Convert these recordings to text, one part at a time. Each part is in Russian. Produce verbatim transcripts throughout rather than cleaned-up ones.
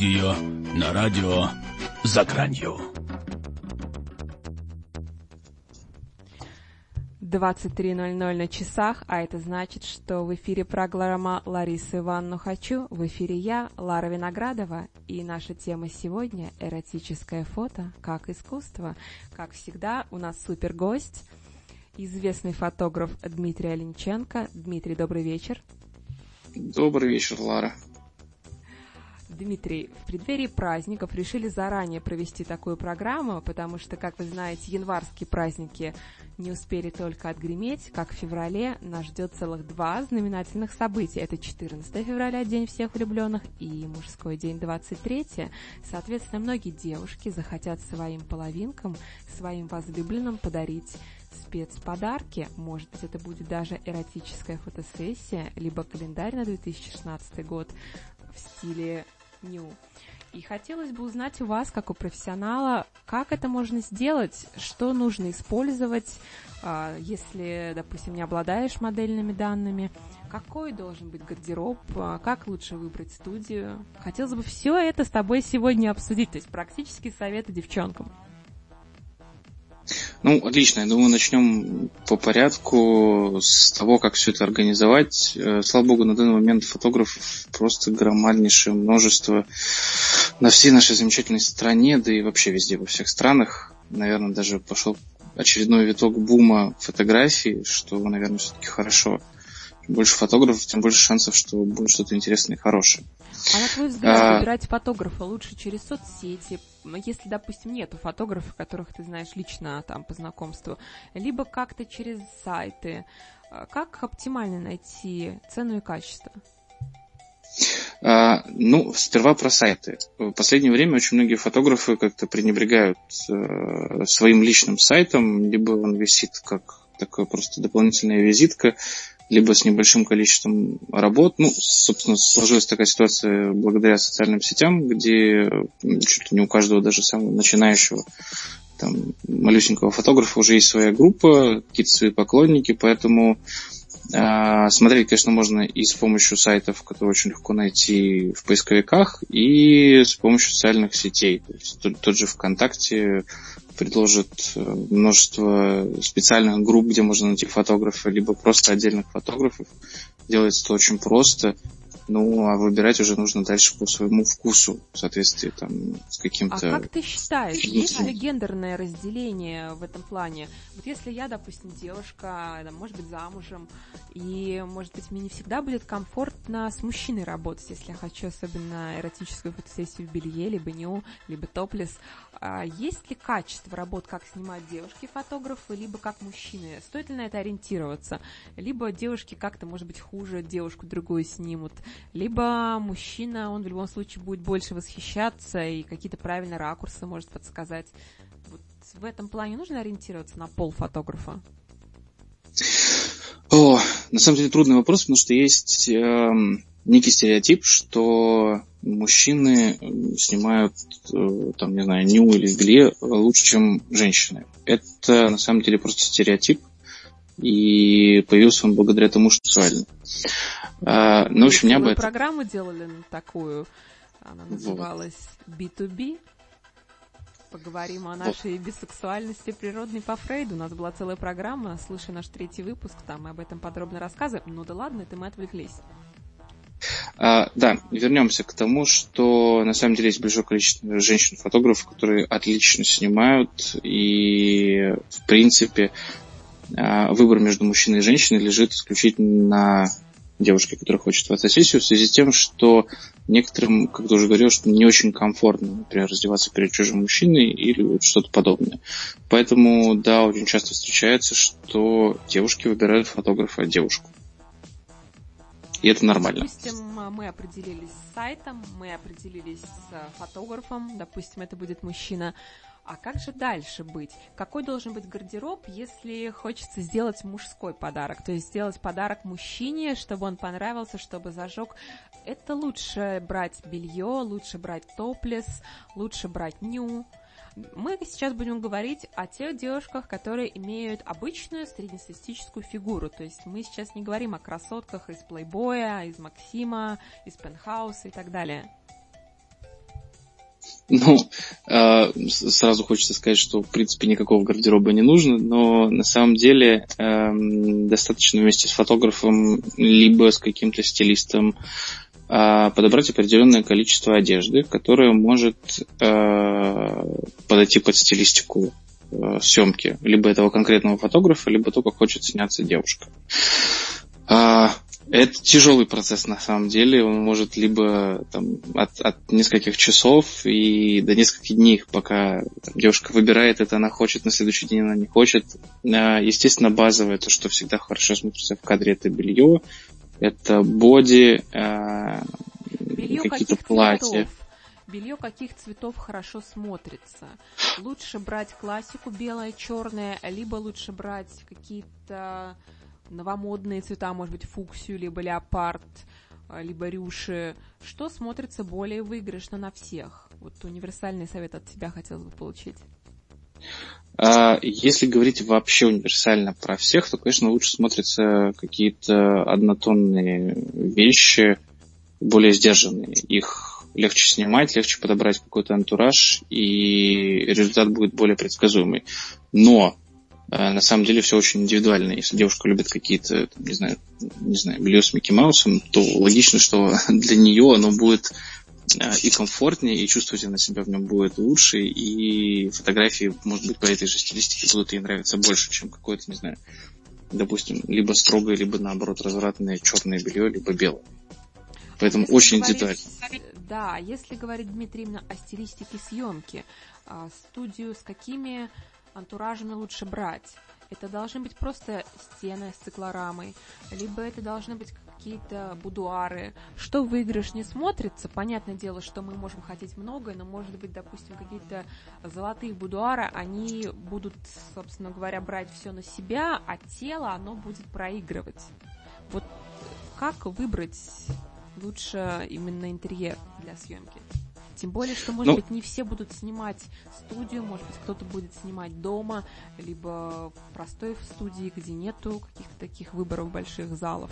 ее на радио «За гранью». двадцать три ноль ноль на часах, а это значит, что в эфире программа «Ларису Ивановну хочу». В эфире я, Лара Виноградова, и наша тема сегодня – эротическое фото как искусство. Как всегда, у нас супер гость, известный фотограф Дмитрий Олениченко. Дмитрий, добрый вечер. Добрый вечер, Лара. Дмитрий, в преддверии праздников решили заранее провести такую программу, потому что, как вы знаете, январские праздники не успели только отгреметь, как в феврале нас ждет целых два знаменательных события. Это четырнадцатое февраля, День всех влюбленных, и мужской день двадцать третье. Соответственно, многие девушки захотят своим половинкам, своим возлюбленным подарить спецподарки. Может быть, это будет даже эротическая фотосессия, либо календарь на две тысячи шестнадцатый год в стиле ню. И хотелось бы узнать у вас, как у профессионала, как это можно сделать, что нужно использовать, если, допустим, не обладаешь модельными данными, какой должен быть гардероб, как лучше выбрать студию. Хотелось бы все это с тобой сегодня обсудить, то есть практические советы девчонкам. Ну, отлично. Я думаю, начнем по порядку с того, как все это организовать. Слава богу, на данный момент фотографов просто громаднейшее множество на всей нашей замечательной стране, да и вообще везде, во всех странах. Наверное, даже пошел очередной виток бума фотографий, что, наверное, все-таки хорошо. Чем больше фотографов, тем больше шансов, что будет что-то интересное и хорошее. А на твой взгляд, а... выбирать фотографа лучше через соцсети, если, допустим, нету фотографов, которых ты знаешь лично там по знакомству, либо как-то через сайты. Как оптимально найти цену и качество? А, ну, сперва про сайты. В последнее время очень многие фотографы как-то пренебрегают э, своим личным сайтом, либо он висит как такая просто дополнительная визитка, либо с небольшим количеством работ. Ну, собственно, сложилась такая ситуация благодаря социальным сетям, где чуть ли не у каждого, даже самого начинающего, там, малюсенького фотографа уже есть своя группа, какие-то свои поклонники, поэтому э, смотреть, конечно, можно и с помощью сайтов, которые очень легко найти в поисковиках, и с помощью социальных сетей. То есть тот, тот же ВКонтакте предложит множество специальных групп, где можно найти фотографа, либо просто отдельных фотографов. Делается это очень просто. Ну, а выбирать уже нужно дальше по своему вкусу, в соответствии там, с каким-то... А как ты считаешь, есть ли гендерное разделение в этом плане? Вот если я, допустим, девушка, там, может быть, замужем, и, может быть, мне не всегда будет комфортно с мужчиной работать, если я хочу особенно эротическую фотосессию в белье, либо ню, либо топлес. А есть ли качество работ, как снимают девушки-фотографы, либо как мужчины? Стоит ли на это ориентироваться? Либо девушки как-то, может быть, хуже девушку другую снимут, либо мужчина, он в любом случае будет больше восхищаться и какие-то правильные ракурсы может подсказать. Вот в этом плане нужно ориентироваться на пол фотографа? О, на самом деле трудный вопрос, потому что есть э, некий стереотип, что мужчины снимают, э, там, не знаю, ню или в белье лучше, чем женщины. Это на самом деле просто стереотип, и появился он благодаря тому, что сексуально. А, ну, в общем, не об этом. Программу делали такую, она называлась би ту би. Поговорим о нашей вот. бисексуальности природной по Фрейду. У нас была целая программа, слушай наш третий выпуск, там мы об этом подробно рассказываем. Ну да ладно, это мы отвлеклись. А, да, вернемся к тому, что на самом деле есть большое количество женщин-фотографов, которые отлично снимают, и в принципе выбор между мужчиной и женщиной лежит исключительно на девушке, которая хочет фотосессию, в связи с тем, что некоторым, как ты уже говорил, что не очень комфортно, например, раздеваться перед чужим мужчиной или вот что-то подобное. Поэтому, да, очень часто встречается, что девушки выбирают фотографа девушку. И это нормально. Допустим, мы определились с сайтом, мы определились с фотографом, допустим, это будет мужчина. А как же дальше быть? Какой должен быть гардероб, если хочется сделать мужской подарок? То есть сделать подарок мужчине, чтобы он понравился, чтобы зажег. Это лучше брать белье, лучше брать топлес, лучше брать ню. Мы сейчас будем говорить о тех девушках, которые имеют обычную среднестатистическую фигуру. То есть мы сейчас не говорим о красотках из Плейбоя, из Максима, из Пентхауса и так далее. Ну, э, сразу хочется сказать, что, в принципе, никакого гардероба не нужно, но на самом деле э, достаточно вместе с фотографом либо с каким-то стилистом э, подобрать определенное количество одежды, которое может э, подойти под стилистику э, съемки либо этого конкретного фотографа, либо то, как хочет сняться девушка. Э, Это тяжелый процесс на самом деле, он может либо там, от, от нескольких часов и до нескольких дней, пока там, девушка выбирает это, она хочет, на следующий день она не хочет. Естественно, базовое, то, что всегда хорошо смотрится в кадре, это белье, это боди, белье какие-то платья. Цветов? Белье каких цветов хорошо смотрится? Лучше брать классику белое, черное, либо лучше брать какие-то новомодные цвета, может быть, фуксию, либо леопард, либо рюши. Что смотрится более выигрышно на всех? Вот универсальный совет от тебя хотелось бы получить. Если говорить вообще универсально про всех, то, конечно, лучше смотрятся какие-то однотонные вещи, более сдержанные. Их легче снимать, легче подобрать какой-то антураж, и результат будет более предсказуемый. Но на самом деле все очень индивидуально. Если девушка любит какие-то, там, не знаю, не знаю, белье с Микки Маусом, то логично, что для нее оно будет и комфортнее, и чувствовать она себя в нем будет лучше, и фотографии, может быть, по этой же стилистике будут ей нравиться больше, чем какое-то, не знаю, допустим, либо строгое, либо, наоборот, развратное черное белье, либо белое. Поэтому если очень индивидуально. Да, если говорить, Дмитрий, именно о стилистике съемки, студию с какими антуражами лучше брать? Это должны быть просто стены с циклорамой, либо это должны быть какие-то будуары. Что выигрышнее смотрится? Понятное дело, что мы можем хотеть многое, но, может быть, допустим, какие-то золотые будуары, они будут, собственно говоря, брать все на себя, а тело, оно будет проигрывать. Вот как выбрать лучше именно интерьер для съемки? Тем более, что, может ну, быть, не все будут снимать студию, может быть, кто-то будет снимать дома, либо в простой студии, где нету каких-то таких выборов больших залов.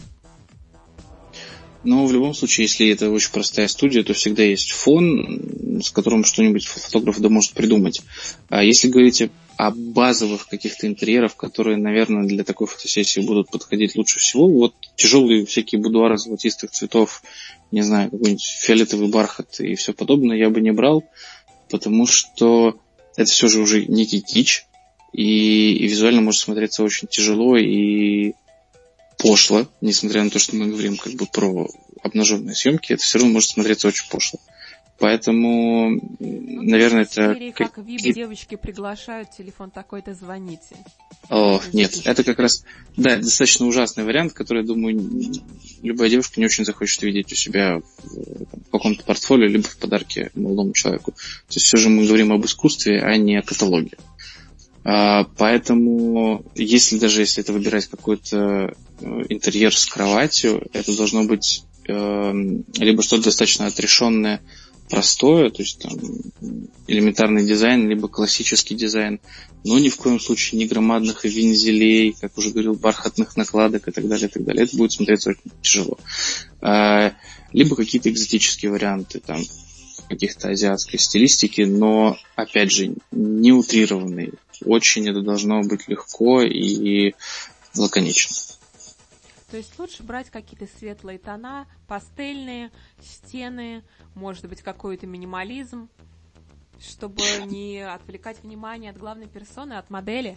Ну, в любом случае, если это очень простая студия, то всегда есть фон, с которым что-нибудь фотограф да может придумать. А если говорить о базовых каких-то интерьерах, которые, наверное, для такой фотосессии будут подходить лучше всего, вот тяжелые всякие будуары золотистых цветов, не знаю, какой-нибудь фиолетовый бархат и все подобное я бы не брал, потому что это все же уже некий кич, и, и визуально может смотреться очень тяжело и пошло, несмотря на то, что мы говорим как бы про обнаженные съемки, это все равно может смотреться очень пошло. Поэтому, ну, наверное, это... Серии, как вип девочки приглашают, телефон такой-то, звоните. О, это нет, запишите. Это как раз, да, достаточно ужасный вариант, который, я думаю, любая девушка не очень захочет видеть у себя в, в каком-то портфолио, либо в подарке молодому человеку. То есть все же мы говорим об искусстве, а не о каталоге. А, поэтому, если даже если это выбирать какой-то интерьер с кроватью, это должно быть э, либо что-то достаточно отрешенное, простое, то есть там элементарный дизайн, либо классический дизайн, но ни в коем случае не громадных вензелей, как уже говорил, бархатных накладок и так далее, и так далее. Это будет смотреться очень тяжело. А, либо какие-то экзотические варианты, там, каких-то азиатской стилистики, но, опять же, не утрированные. Очень это должно быть легко и лаконично. То есть лучше брать какие-то светлые тона, пастельные, стены, может быть, какой-то минимализм, чтобы не отвлекать внимание от главной персоны, от модели?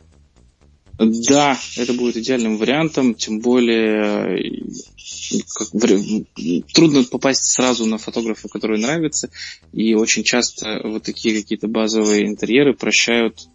Да, это будет идеальным вариантом, тем более как, трудно попасть сразу на фотографа, который нравится, и очень часто вот такие какие-то базовые интерьеры прощают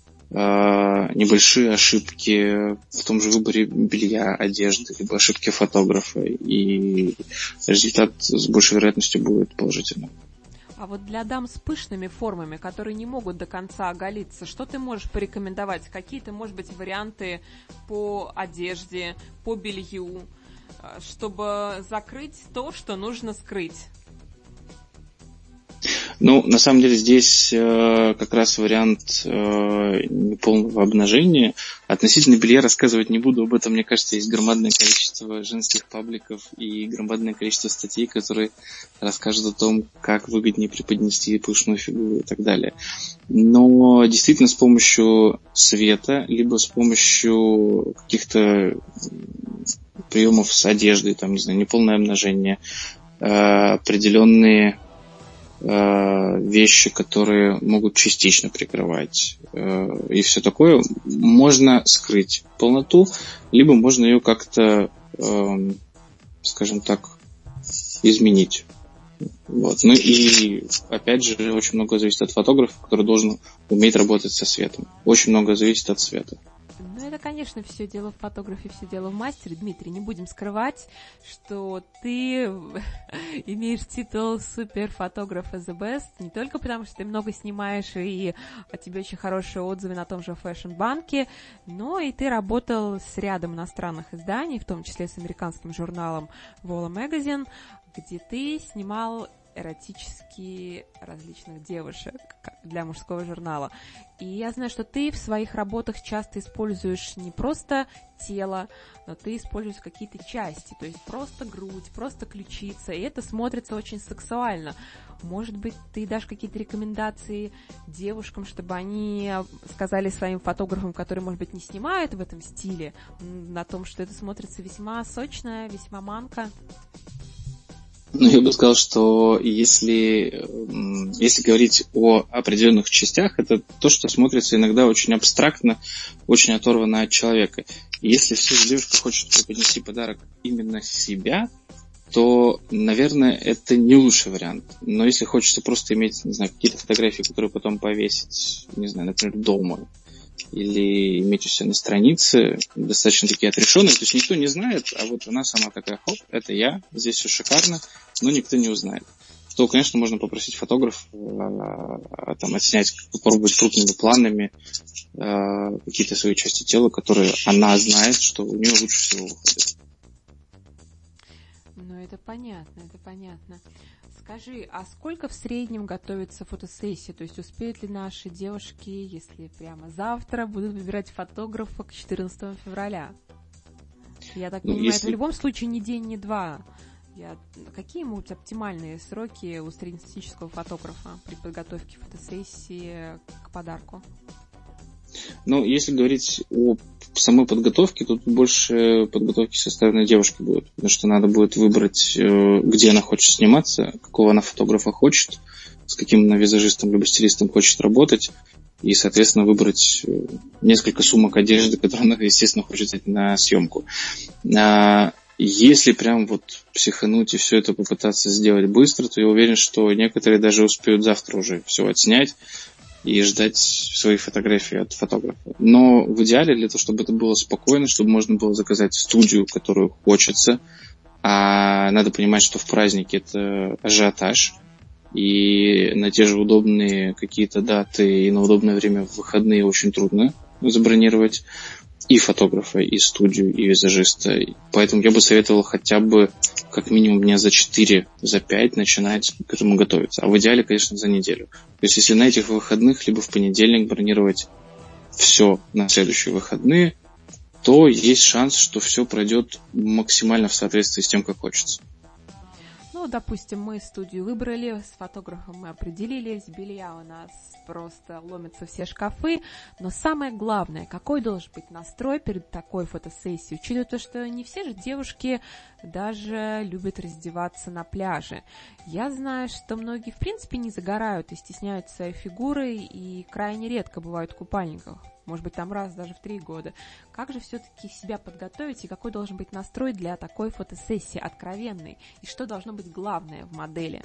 небольшие ошибки в том же выборе белья, одежды, либо ошибки фотографа, и результат с большей вероятностью будет положительным. А вот для дам с пышными формами, которые не могут до конца оголиться, что ты можешь порекомендовать? Какие-то, может быть, варианты по одежде, по белью, чтобы закрыть то, что нужно скрыть? Ну, на самом деле здесь э, как раз вариант э, неполного обнажения. Относительно белья рассказывать не буду, об этом, мне кажется, есть громадное количество женских пабликов и громадное количество статей, которые расскажут о том, как выгоднее преподнести пышную фигуру и так далее. Но действительно с помощью света, либо с помощью каких-то приемов с одеждой, там, не знаю, неполное обнажение, э, определенные вещи, которые могут частично прикрывать э, и все такое, можно скрыть полноту, либо можно ее как-то, э, скажем так, изменить. Вот. Ну и опять же, очень много зависит от фотографа, который должен уметь работать со светом. Очень много зависит от света. Ну, это, конечно, все дело в фотографе, все дело в мастере. Дмитрий, не будем скрывать, что ты имеешь титул суперфотографа The Best, не только потому, что ты много снимаешь, и о тебе очень хорошие отзывы на том же Fashion Банке, но и ты работал с рядом иностранных изданий, в том числе с американским журналом Vola Magazine, где ты снимал эротические различных девушек для мужского журнала. И я знаю, что ты в своих работах часто используешь не просто тело, но ты используешь какие-то части, то есть просто грудь, просто ключица, и это смотрится очень сексуально. Может быть, ты дашь какие-то рекомендации девушкам, чтобы они сказали своим фотографам, которые, может быть, не снимают в этом стиле, на том, что это смотрится весьма сочно, весьма манко? Ну, я бы сказал, что если, если говорить о определенных частях, это то, что смотрится иногда очень абстрактно, очень оторвано от человека. И если все же девушка хочет преподнести подарок именно себя, то, наверное, это не лучший вариант. Но если хочется просто иметь, не знаю, какие-то фотографии, которые потом повесить, не знаю, например, дома, или иметь у себя на странице, достаточно такие отрешенные, то есть никто не знает, а вот она сама такая, хоп, это я, здесь все шикарно, но никто не узнает. То, конечно, можно попросить фотографа э, там, отснять, попробовать крупными планами э, какие-то свои части тела, которые она знает, что у нее лучше всего выходит. Ну, это понятно, это понятно. Скажи, а сколько в среднем готовится фотосессия? То есть успеют ли наши девушки, если прямо завтра будут выбирать фотографа к четырнадцатому февраля? Я так ну, понимаю, если... это в любом случае ни день, ни два. Я... Какие могут быть оптимальные сроки у среднестатистического фотографа при подготовке фотосессии к подарку? Ну, если говорить о самой подготовке, тут больше подготовки со стороны девушки будет, потому что надо будет выбрать, где она хочет сниматься, какого она фотографа хочет, с каким она визажистом либо стилистом хочет работать, и, соответственно, выбрать несколько сумок одежды, которые она, естественно, хочет взять на съемку. Если прям вот психануть и все это попытаться сделать быстро, то я уверен, что некоторые даже успеют завтра уже все отснять и ждать свои фотографии от фотографа. Но в идеале, для того, чтобы это было спокойно, чтобы можно было заказать студию, которую хочется, а надо понимать, что в празднике это ажиотаж, и на те же удобные какие-то даты и на удобное время в выходные очень трудно забронировать и фотографа, и студию, и визажиста. Поэтому я бы советовал хотя бы как минимум дня за четыре, за пять начинать к этому готовиться. А в идеале, конечно, за неделю. То есть, если на этих выходных, либо в понедельник бронировать все на следующие выходные, то есть шанс, что все пройдет максимально в соответствии с тем, как хочется. Ну, допустим, мы студию выбрали, с фотографом мы определились, белья у нас просто ломятся все шкафы, но самое главное, какой должен быть настрой перед такой фотосессией, учитывая то, что не все же девушки даже любят раздеваться на пляже. Я знаю, что многие в принципе не загорают и стесняют своей фигуры, и крайне редко бывают в купальниках. Может быть, там раз даже в три года. Как же все-таки себя подготовить и какой должен быть настрой для такой фотосессии откровенной? И что должно быть главное в модели?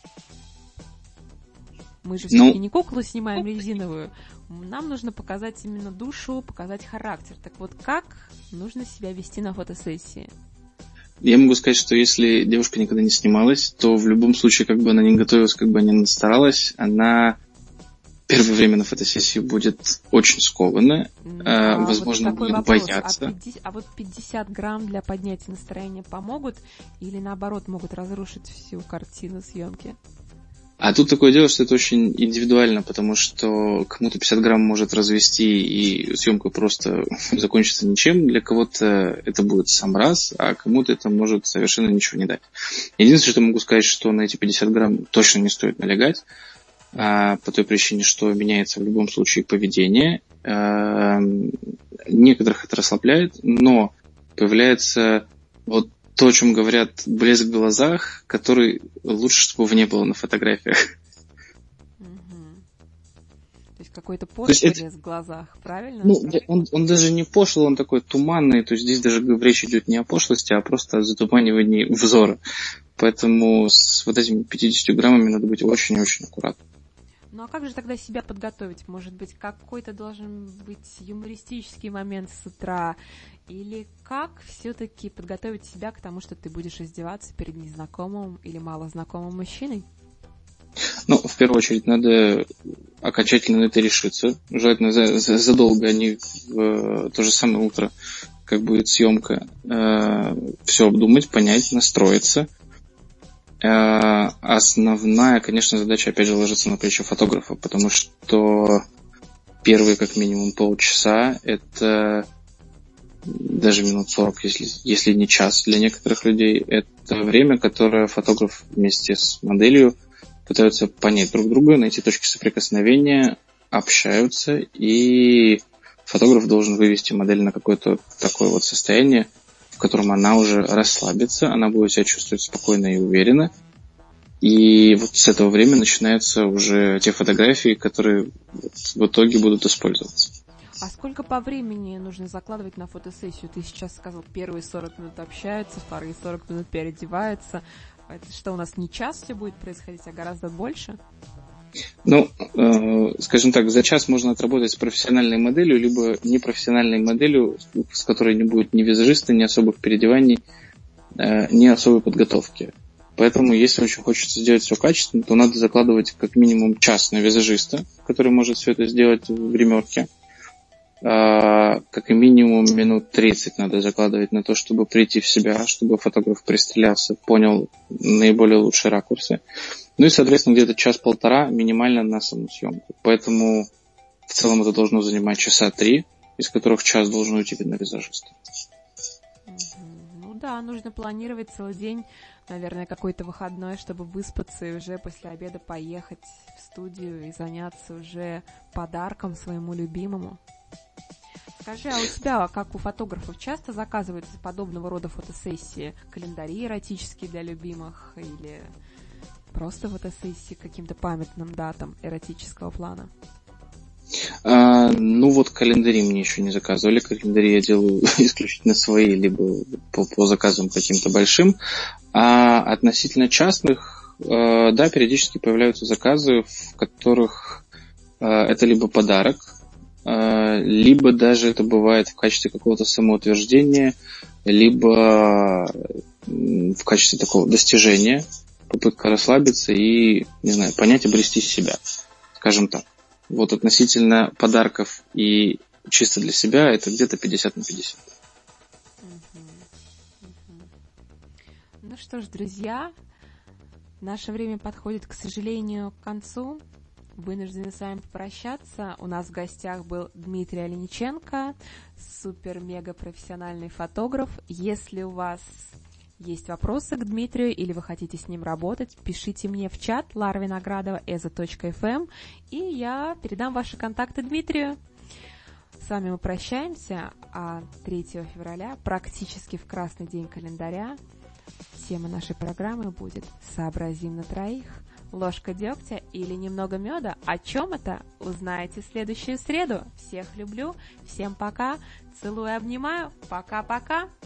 Мы же все-таки ну... не куклу снимаем резиновую. Нам нужно показать именно душу, показать характер. Так вот, как нужно себя вести на фотосессии? Я могу сказать, что если девушка никогда не снималась, то в любом случае, как бы она ни готовилась, как бы она ни старалась, она... первое время на фотосессии будет очень скована, а, возможно, вот будет вопрос. бояться. А, пятьдесят, а вот пятьдесят грамм для поднятия настроения помогут или, наоборот, могут разрушить всю картину съемки? А тут такое дело, что это очень индивидуально, потому что кому-то пятьдесят грамм может развести, и съемка просто закончится ничем. Для кого-то это будет сам раз, а кому-то это может совершенно ничего не дать. Единственное, что могу сказать, что на эти пятьдесят грамм точно не стоит налегать, а, по той причине, что меняется в любом случае поведение. А, некоторых это расслабляет, но появляется вот то, о чем говорят, блеск в глазах, который лучше, чтобы его не было на фотографиях. Угу. То есть какой-то пошлый блеск это... в глазах, правильно? Ну, он, он даже не пошлый, он такой туманный, то есть здесь даже речь идет не о пошлости, а просто о затуманивании взора. Поэтому с вот этими пятьюдесятью граммами надо быть очень-очень аккуратным. Ну а как же тогда себя подготовить? Может быть, какой-то должен быть юмористический момент с утра? Или как все-таки подготовить себя к тому, что ты будешь издеваться перед незнакомым или малознакомым мужчиной? Ну, в первую очередь, надо окончательно на это решиться. Желательно за, за, задолго, а не в то же самое утро, как будет съемка. Э, все обдумать, понять, настроиться. Э, основная, конечно, задача, опять же, ложится на плечи фотографа, потому что первые, как минимум, полчаса — это... даже минут сорок, если, если не час для некоторых людей, это время, которое фотограф вместе с моделью пытаются понять друг друга, найти точки соприкосновения, общаются, и фотограф должен вывести модель на какое-то такое вот состояние, в котором она уже расслабится, она будет себя чувствовать спокойно и уверенно. И вот с этого времени начинаются уже те фотографии, которые в итоге будут использоваться. А сколько по времени нужно закладывать на фотосессию? Ты сейчас сказал, первые сорок минут общаются, вторые сорок минут переодеваются. Это что, у нас не час все будет происходить, а гораздо больше? Ну, э, скажем так, за час можно отработать с профессиональной моделью, либо непрофессиональной моделью, с которой не будет ни визажиста, ни особых переодеваний, э, ни особой подготовки. Поэтому, если очень хочется сделать все качественно, то надо закладывать как минимум час на визажиста, который может все это сделать в гримерке. Как и минимум минут тридцать надо закладывать на то, чтобы прийти в себя, чтобы фотограф пристрелялся, понял наиболее лучшие ракурсы. Ну и, соответственно, где-то час-полтора минимально на саму съемку. Поэтому в целом это должно занимать часа три, из которых час должен уйти на визажиста. Ну да, нужно планировать целый день, наверное, какой-то выходной, чтобы выспаться и уже после обеда поехать в студию и заняться уже подарком своему любимому. Скажи, а у тебя, как у фотографов, часто заказываются подобного рода фотосессии? Календари эротические для любимых или просто фотосессии к каким-то памятным датам эротического плана? А, ну вот календари мне еще не заказывали. Календари я делаю исключительно свои, либо по, по заказам каким-то большим. А относительно частных, да, периодически появляются заказы, в которых это либо подарок, либо даже это бывает в качестве какого-то самоутверждения, либо в качестве такого достижения, попытка расслабиться и, не знаю, понять, обрести себя, скажем так. Вот относительно подарков и чисто для себя это где-то пятьдесят на пятьдесят. Ну что ж, друзья, наше время подходит, к сожалению, к концу. Вынуждены с вами попрощаться. У нас в гостях был Дмитрий Олениченко, супер-мега-профессиональный фотограф. Если у вас есть вопросы к Дмитрию или вы хотите с ним работать, пишите мне в чат лара виноградова эза точка эф эм, и я передам ваши контакты Дмитрию. С вами мы прощаемся, а третьего февраля, практически в красный день календаря, тема нашей программы будет «Сообразим на троих». Ложка дегтя или немного меда. О чем это, узнаете в следующую среду. Всех люблю, всем пока, целую, обнимаю, пока-пока.